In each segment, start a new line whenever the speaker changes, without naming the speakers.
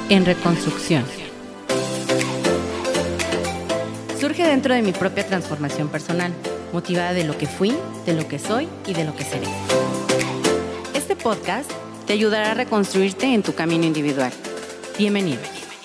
en reconstrucción. Surge dentro de mi propia transformación personal, motivada de lo que fui, de lo que soy y de lo que seré. Este podcast te ayudará a reconstruirte en tu camino individual. Bienvenido.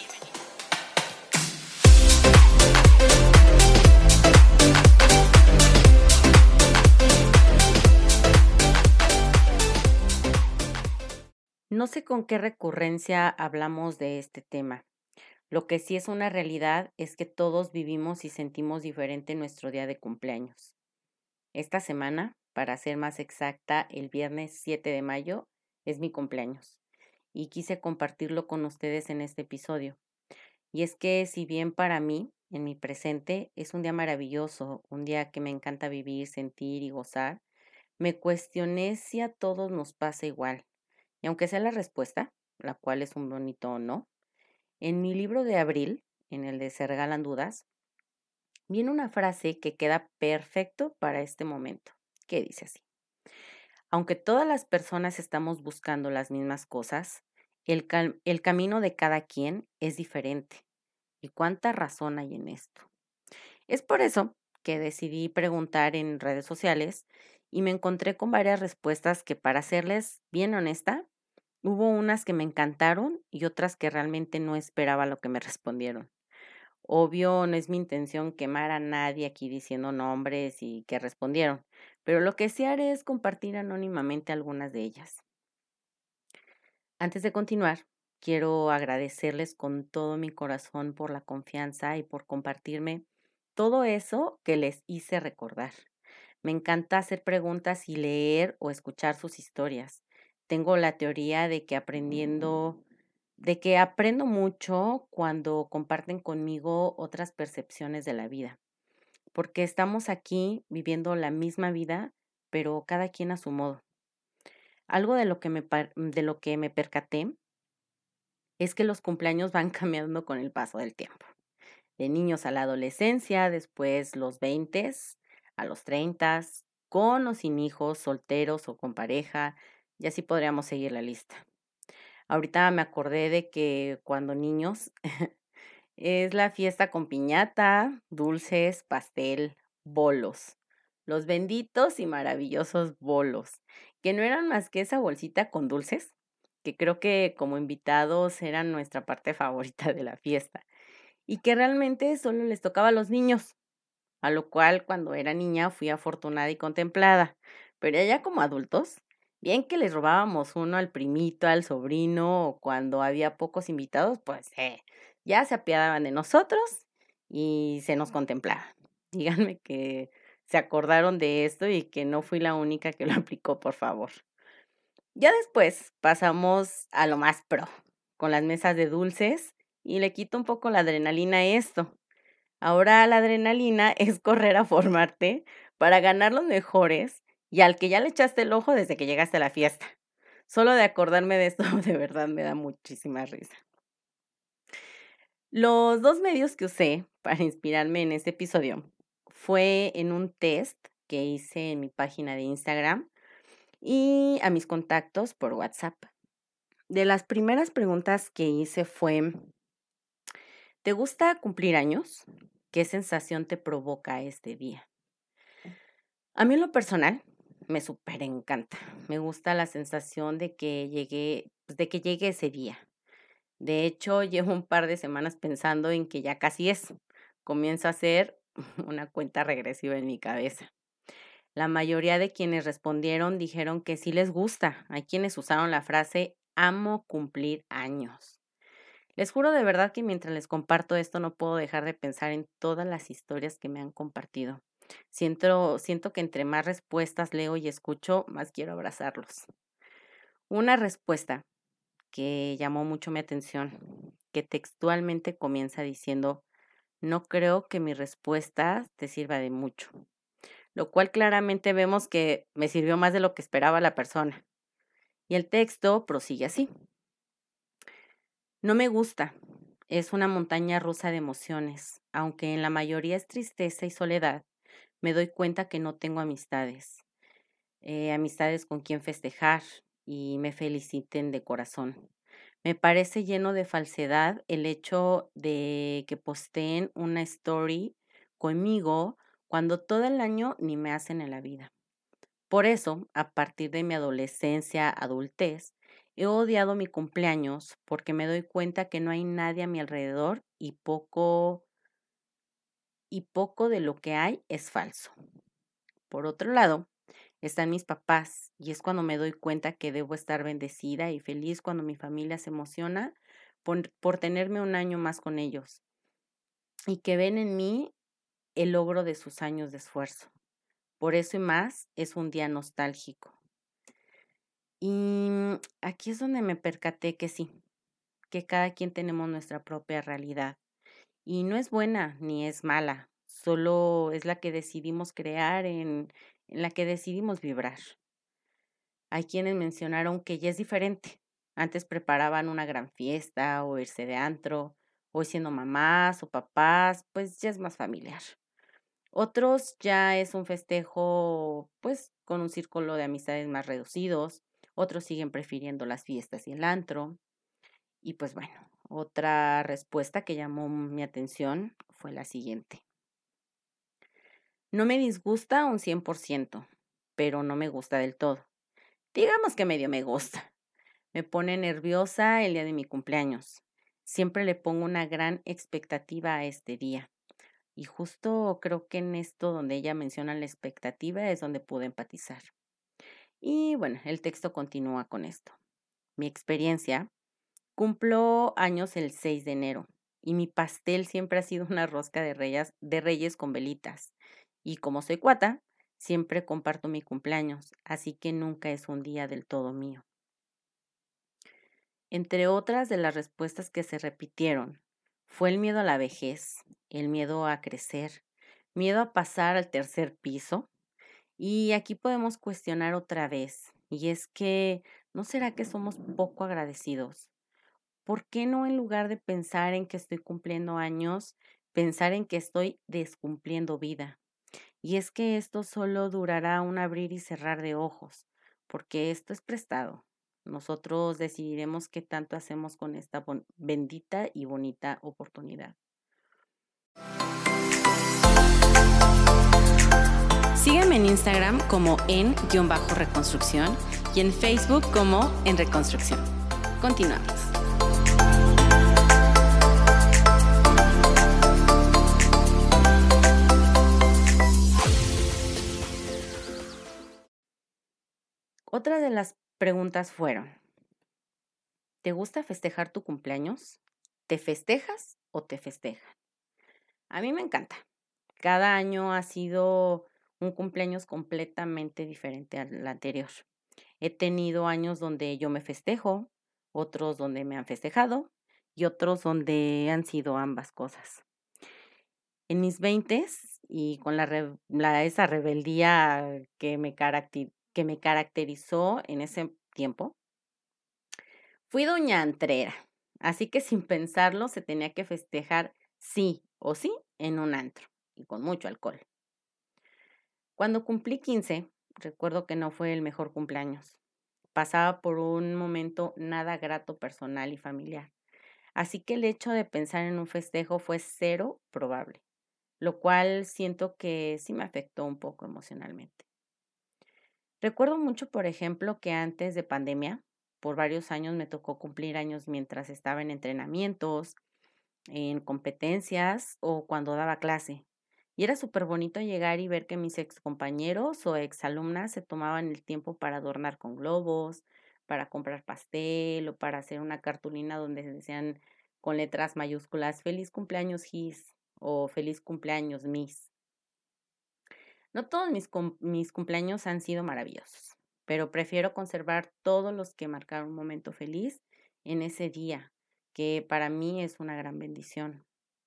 No sé con qué recurrencia hablamos de este tema. Lo que sí es una realidad es que todos vivimos y sentimos diferente nuestro día de cumpleaños. Esta semana, para ser más exacta, el viernes 7 de mayo es mi cumpleaños y quise compartirlo con ustedes en este episodio. Y es que si bien para mí, en mi presente, es un día maravilloso, un día que me encanta vivir, sentir y gozar, me cuestioné si a todos nos pasa igual. Y aunque sea la respuesta, la cual es un bonito no, en mi libro de abril, en el de Se regalan dudas, viene una frase que queda perfecto para este momento, que dice así: aunque todas las personas estamos buscando las mismas cosas, el camino de cada quien es diferente. ¿Y cuánta razón hay en esto? Es por eso que decidí preguntar en redes sociales y me encontré con varias respuestas que, para serles bien honesta, hubo unas que me encantaron y otras que realmente no esperaba lo que me respondieron. Obvio, no es mi intención quemar a nadie aquí diciendo nombres y que respondieron, pero lo que sí haré es compartir anónimamente algunas de ellas. Antes de continuar, quiero agradecerles con todo mi corazón por la confianza y por compartirme todo eso que les hice recordar. Me encanta hacer preguntas y leer o escuchar sus historias. Tengo la teoría de que aprendo mucho cuando comparten conmigo otras percepciones de la vida, porque estamos aquí viviendo la misma vida, pero cada quien a su modo. Algo de lo que me percaté es que los cumpleaños van cambiando con el paso del tiempo. De niños a la adolescencia, después los 20, a los 30, con o sin hijos, solteros o con pareja, y así podríamos seguir la lista. Ahorita me acordé de que cuando niños es la fiesta con piñata, dulces, pastel, bolos. Los benditos y maravillosos bolos, que no eran más que esa bolsita con dulces, que creo que como invitados eran nuestra parte favorita de la fiesta, y que realmente solo les tocaba a los niños, a lo cual cuando era niña fui afortunada y contemplada, pero ya como adultos, bien que les robábamos uno al primito, al sobrino, o cuando había pocos invitados, pues ya se apiadaban de nosotros y se nos contemplaba. Díganme que se acordaron de esto y que no fui la única que lo aplicó, por favor. Ya después pasamos a lo más pro, con las mesas de dulces, y le quito un poco la adrenalina a esto. Ahora la adrenalina es correr a formarte para ganar los mejores y al que ya le echaste el ojo desde que llegaste a la fiesta. Solo de acordarme de esto, de verdad me da muchísima risa. Los dos medios que usé para inspirarme en este episodio fue en un test que hice en mi página de Instagram y a mis contactos por WhatsApp. De las primeras preguntas que hice fue: ¿te gusta cumplir años? ¿Qué sensación te provoca este día? A mí en lo personal me súper encanta. Me gusta la sensación de que llegue ese día. De hecho, llevo un par de semanas pensando en que ya casi es. Comienzo a hacer una cuenta regresiva en mi cabeza. La mayoría de quienes respondieron dijeron que sí les gusta. Hay quienes usaron la frase amo cumplir años. Les juro de verdad que mientras les comparto esto no puedo dejar de pensar en todas las historias que me han compartido. Siento que entre más respuestas leo y escucho, más quiero abrazarlos. Una respuesta que llamó mucho mi atención, que textualmente comienza diciendo: no creo que mi respuesta te sirva de mucho. Lo cual claramente vemos que me sirvió más de lo que esperaba la persona. Y el texto prosigue así: no me gusta. Es una montaña rusa de emociones. Aunque en la mayoría es tristeza y soledad, me doy cuenta que no tengo amistades. Amistades con quien festejar y me feliciten de corazón. Me parece lleno de falsedad el hecho de que posteen una story conmigo cuando todo el año ni me hacen en la vida. Por eso, a partir de mi adolescencia, adultez, he odiado mi cumpleaños porque me doy cuenta que no hay nadie a mi alrededor y poco de lo que hay es falso. Por otro lado, están mis papás y es cuando me doy cuenta que debo estar bendecida y feliz cuando mi familia se emociona por tenerme un año más con ellos y que ven en mí el logro de sus años de esfuerzo. Por eso y más es un día nostálgico. Y aquí es donde me percaté que sí, que cada quien tenemos nuestra propia realidad. Y no es buena ni es mala, solo es la que decidimos crear, en la que decidimos vibrar. Hay quienes mencionaron que ya es diferente. Antes preparaban una gran fiesta o irse de antro. Hoy siendo mamás o papás, pues ya es más familiar. Otros ya es un festejo, pues con un círculo de amistades más reducidos. Otros siguen prefiriendo las fiestas y el antro. Y pues bueno, otra respuesta que llamó mi atención fue la siguiente. No me disgusta un 100%, pero no me gusta del todo. Digamos que medio me gusta. Me pone nerviosa el día de mi cumpleaños. Siempre le pongo una gran expectativa a este día. Y justo creo que en esto donde ella menciona la expectativa es donde pude empatizar. Y bueno, el texto continúa con esto. Mi experiencia, cumplo años el 6 de enero y mi pastel siempre ha sido una rosca de reyes con velitas. Y como soy cuata, siempre comparto mi cumpleaños, así que nunca es un día del todo mío. Entre otras de las respuestas que se repitieron, fue el miedo a la vejez, el miedo a crecer, miedo a pasar al tercer piso. Y aquí podemos cuestionar otra vez, y es que, ¿no será que somos poco agradecidos? ¿Por qué no en lugar de pensar en que estoy cumpliendo años, pensar en que estoy descumpliendo vida? Y es que esto solo durará un abrir y cerrar de ojos, porque esto es prestado. Nosotros decidiremos qué tanto hacemos con esta bendita y bonita oportunidad. Sígueme en Instagram como en-reconstrucción y en Facebook como en reconstrucción. Continuamos. Otra de las preguntas fueron, ¿te gusta festejar tu cumpleaños? ¿Te festejas o te festejan? A mí me encanta. Cada año ha sido un cumpleaños completamente diferente al anterior. He tenido años donde yo me festejo, otros donde me han festejado y otros donde han sido ambas cosas. En mis veintes y con esa rebeldía que me caracterizó en ese tiempo, fui doña antrera, así que sin pensarlo se tenía que festejar sí o sí en un antro y con mucho alcohol. Cuando cumplí 15, recuerdo que no fue el mejor cumpleaños. Pasaba por un momento nada grato personal y familiar, así que el hecho de pensar en un festejo fue cero probable, lo cual siento que sí me afectó un poco emocionalmente. Recuerdo mucho, por ejemplo, que antes de pandemia, por varios años me tocó cumplir años mientras estaba en entrenamientos, en competencias o cuando daba clase. Y era súper bonito llegar y ver que mis excompañeros o exalumnas se tomaban el tiempo para adornar con globos, para comprar pastel o para hacer una cartulina donde decían con letras mayúsculas Feliz cumpleaños Gis o Feliz cumpleaños Miss. No todos mis cumpleaños han sido maravillosos, pero prefiero conservar todos los que marcaron un momento feliz en ese día, que para mí es una gran bendición.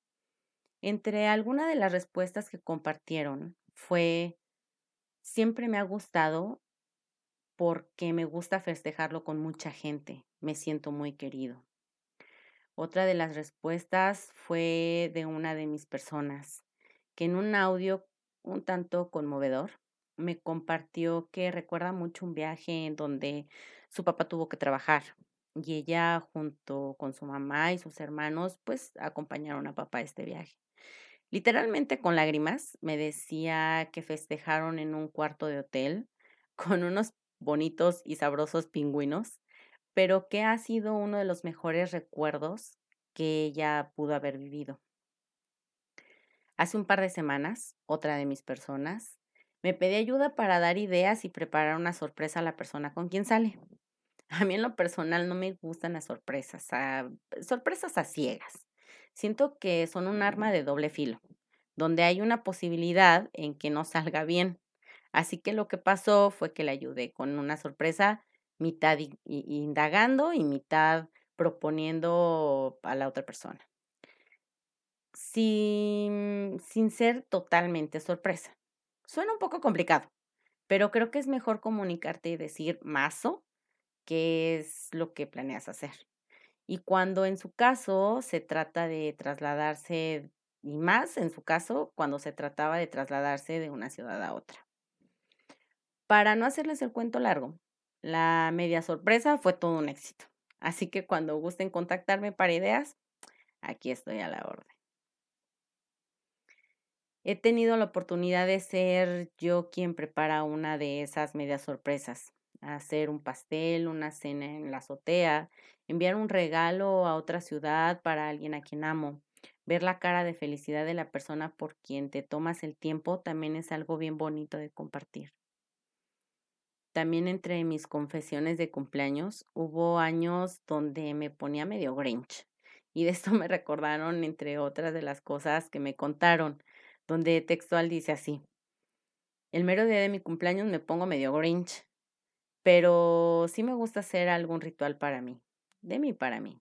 Entre algunas de las respuestas que compartieron fue, siempre me ha gustado porque me gusta festejarlo con mucha gente, me siento muy querido. Otra de las respuestas fue de una de mis personas, que en un audio un tanto conmovedor me compartió que recuerda mucho un viaje en donde su papá tuvo que trabajar y ella junto con su mamá y sus hermanos pues acompañaron a papá a este viaje. Literalmente con lágrimas me decía que festejaron en un cuarto de hotel con unos bonitos y sabrosos pingüinos, pero que ha sido uno de los mejores recuerdos que ella pudo haber vivido. Hace un par de semanas, otra de mis personas me pedí ayuda para dar ideas y preparar una sorpresa a la persona con quien sale. A mí en lo personal no me gustan las sorpresas a ciegas. Siento que son un arma de doble filo, donde hay una posibilidad en que no salga bien. Así que lo que pasó fue que le ayudé con una sorpresa, mitad indagando y mitad proponiendo a la otra persona, sin ser totalmente sorpresa. Suena un poco complicado, pero creo que es mejor comunicarte y decir mazo qué es lo que planeas hacer. Y cuando en su caso se trata de trasladarse, y más en su caso, cuando se trataba de trasladarse de una ciudad a otra. Para no hacerles el cuento largo, la media sorpresa fue todo un éxito. Así que cuando gusten contactarme para ideas, aquí estoy a la orden. He tenido la oportunidad de ser yo quien prepara una de esas medias sorpresas. Hacer un pastel, una cena en la azotea, enviar un regalo a otra ciudad para alguien a quien amo. Ver la cara de felicidad de la persona por quien te tomas el tiempo también es algo bien bonito de compartir. También entre mis confesiones de cumpleaños hubo años donde me ponía medio Grinch. Y de esto me recordaron entre otras de las cosas que me contaron, donde textual dice así: el mero día de mi cumpleaños me pongo medio Grinch, pero sí me gusta hacer algún ritual para mí, de mí para mí.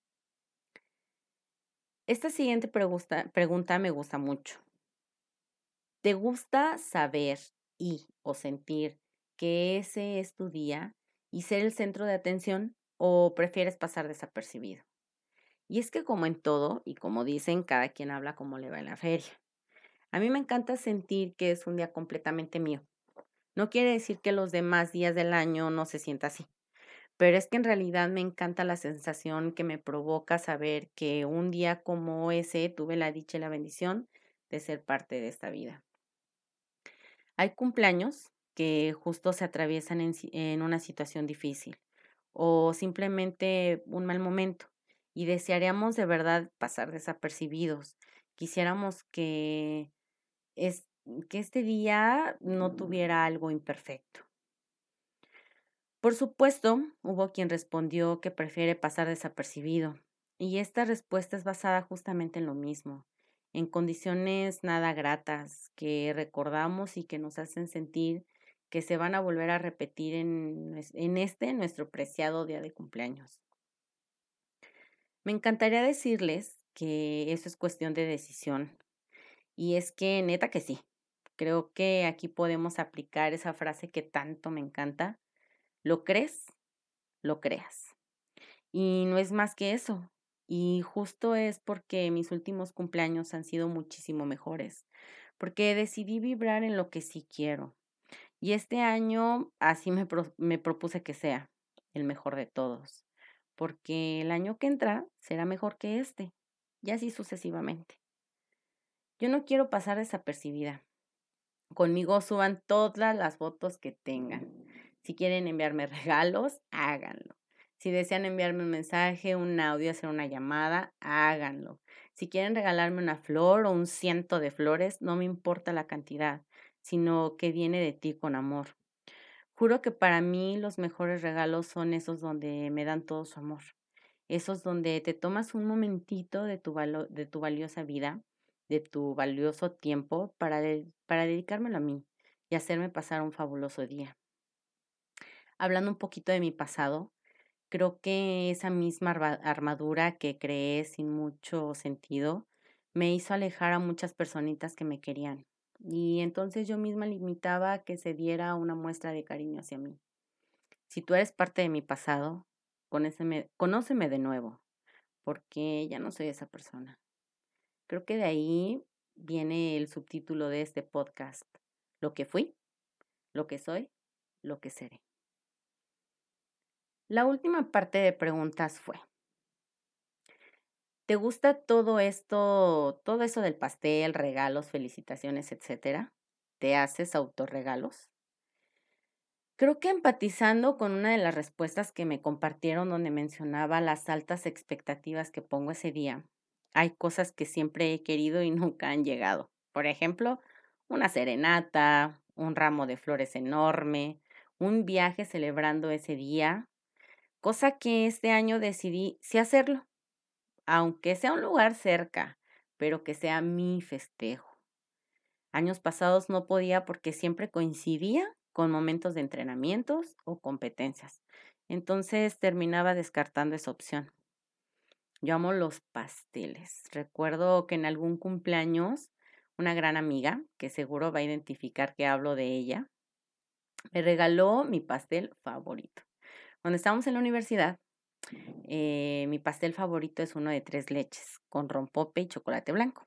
Esta siguiente pregunta me gusta mucho. ¿Te gusta saber y o sentir que ese es tu día y ser el centro de atención o prefieres pasar desapercibido? Y es que como en todo, y como dicen, cada quien habla como le va en la feria. A mí me encanta sentir que es un día completamente mío. No quiere decir que los demás días del año no se sienta así, pero es que en realidad me encanta la sensación que me provoca saber que un día como ese tuve la dicha y la bendición de ser parte de esta vida. Hay cumpleaños que justo se atraviesan en una situación difícil o simplemente un mal momento y desearíamos de verdad pasar desapercibidos. Quisiéramos es, que este día no tuviera algo imperfecto. Por supuesto, hubo quien respondió que prefiere pasar desapercibido, y esta respuesta es basada justamente en lo mismo, en condiciones nada gratas que recordamos y que nos hacen sentir que se van a volver a repetir en este nuestro preciado día de cumpleaños. Me encantaría decirles que eso es cuestión de decisión, y es que neta que sí. Creo que aquí podemos aplicar esa frase que tanto me encanta: ¿lo crees? Lo creas. Y no es más que eso. Y justo es porque mis últimos cumpleaños han sido muchísimo mejores, porque decidí vibrar en lo que sí quiero. Y este año así me propuse que sea el mejor de todos, porque el año que entra será mejor que este, y así sucesivamente. Yo no quiero pasar desapercibida. Conmigo suban todas las fotos que tengan. Si quieren enviarme regalos, háganlo. Si desean enviarme un mensaje, un audio, hacer una llamada, háganlo. Si quieren regalarme una flor o un ciento de flores, no me importa la cantidad, sino que viene de ti con amor. Juro que para mí los mejores regalos son esos donde me dan todo su amor. Esos donde te tomas un momentito de tu valiosa vida, de tu valioso tiempo para dedicármelo a mí y hacerme pasar un fabuloso día. Hablando un poquito de mi pasado, creo que esa misma armadura que creé sin mucho sentido me hizo alejar a muchas personitas que me querían. Y entonces yo misma limitaba a que se diera una muestra de cariño hacia mí. Si tú eres parte de mi pasado, conóceme de nuevo, porque ya no soy esa persona. Creo que de ahí viene el subtítulo de este podcast: lo que fui, lo que soy, lo que seré. La última parte de preguntas fue, ¿te gusta todo eso del pastel, regalos, felicitaciones, etcétera? ¿Te haces autorregalos? Creo que empatizando con una de las respuestas que me compartieron donde mencionaba las altas expectativas que pongo ese día, hay cosas que siempre he querido y nunca han llegado. Por ejemplo, una serenata, un ramo de flores enorme, un viaje celebrando ese día, cosa que este año decidí sí hacerlo, aunque sea un lugar cerca, pero que sea mi festejo. Años pasados no podía porque siempre coincidía con momentos de entrenamientos o competencias. Entonces terminaba descartando esa opción. Yo amo los pasteles. Recuerdo que en algún cumpleaños una gran amiga, que seguro va a identificar que hablo de ella, me regaló mi pastel favorito. Cuando estábamos en la universidad, mi pastel favorito es uno de tres leches, con rompope y chocolate blanco.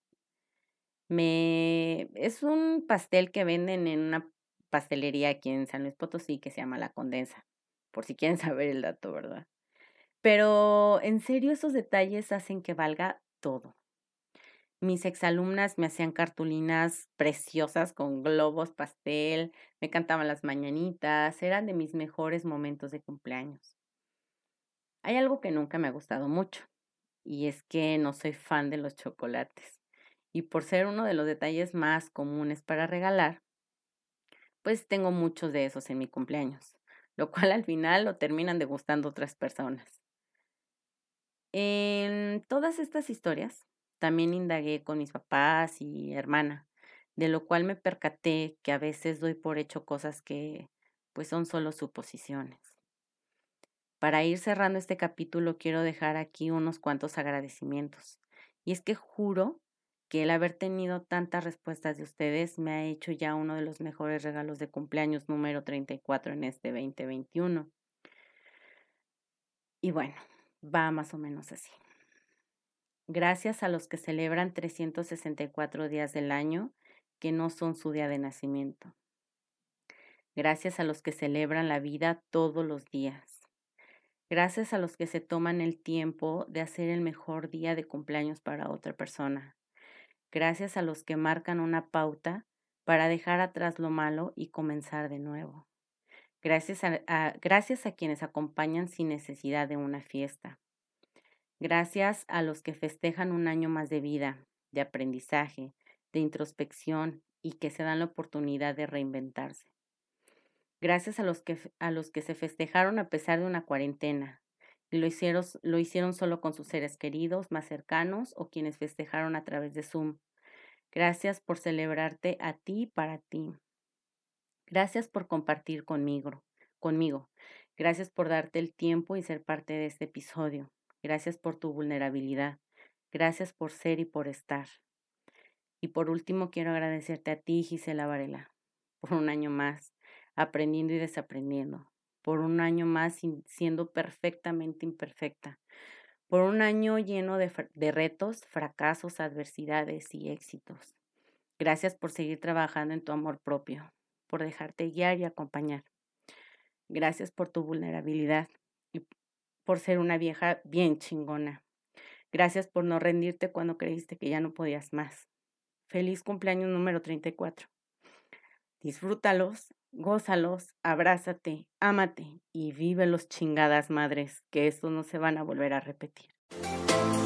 Es un pastel que venden en una pastelería aquí en San Luis Potosí que se llama La Condensa, por si quieren saber el dato, ¿verdad? Pero en serio, esos detalles hacen que valga todo. Mis exalumnas me hacían cartulinas preciosas con globos, pastel, me cantaban las mañanitas, eran de mis mejores momentos de cumpleaños. Hay algo que nunca me ha gustado mucho, y es que no soy fan de los chocolates. Y por ser uno de los detalles más comunes para regalar, pues tengo muchos de esos en mi cumpleaños, lo cual al final lo terminan degustando otras personas. En todas estas historias también indagué con mis papás y hermana, de lo cual me percaté que a veces doy por hecho cosas que pues son solo suposiciones. Para ir cerrando este capítulo quiero dejar aquí unos cuantos agradecimientos. Y es que juro que el haber tenido tantas respuestas de ustedes me ha hecho ya uno de los mejores regalos de cumpleaños número 34 en este 2021. Y bueno, va más o menos así. Gracias a los que celebran 364 días del año que no son su día de nacimiento. Gracias a los que celebran la vida todos los días. Gracias a los que se toman el tiempo de hacer el mejor día de cumpleaños para otra persona. Gracias a los que marcan una pauta para dejar atrás lo malo y comenzar de nuevo. Gracias a quienes acompañan sin necesidad de una fiesta. Gracias a los que festejan un año más de vida, de aprendizaje, de introspección y que se dan la oportunidad de reinventarse. Gracias a los que se festejaron a pesar de una cuarentena y lo hicieron solo con sus seres queridos más cercanos o quienes festejaron a través de Zoom. Gracias por celebrarte a ti y para ti. Gracias por compartir conmigo. Gracias por darte el tiempo y ser parte de este episodio. Gracias por tu vulnerabilidad. Gracias por ser y por estar. Y por último, quiero agradecerte a ti, Gisela Varela, por un año más, aprendiendo y desaprendiendo, por un año más siendo perfectamente imperfecta, por un año lleno de retos, fracasos, adversidades y éxitos. Gracias por seguir trabajando en tu amor propio, por dejarte guiar y acompañar. Gracias por tu vulnerabilidad y por ser una vieja bien chingona. Gracias por no rendirte cuando creíste que ya no podías más. Feliz cumpleaños número 34. Disfrútalos, gózalos, abrázate, ámate y vive los chingadas madres, que estos no se van a volver a repetir.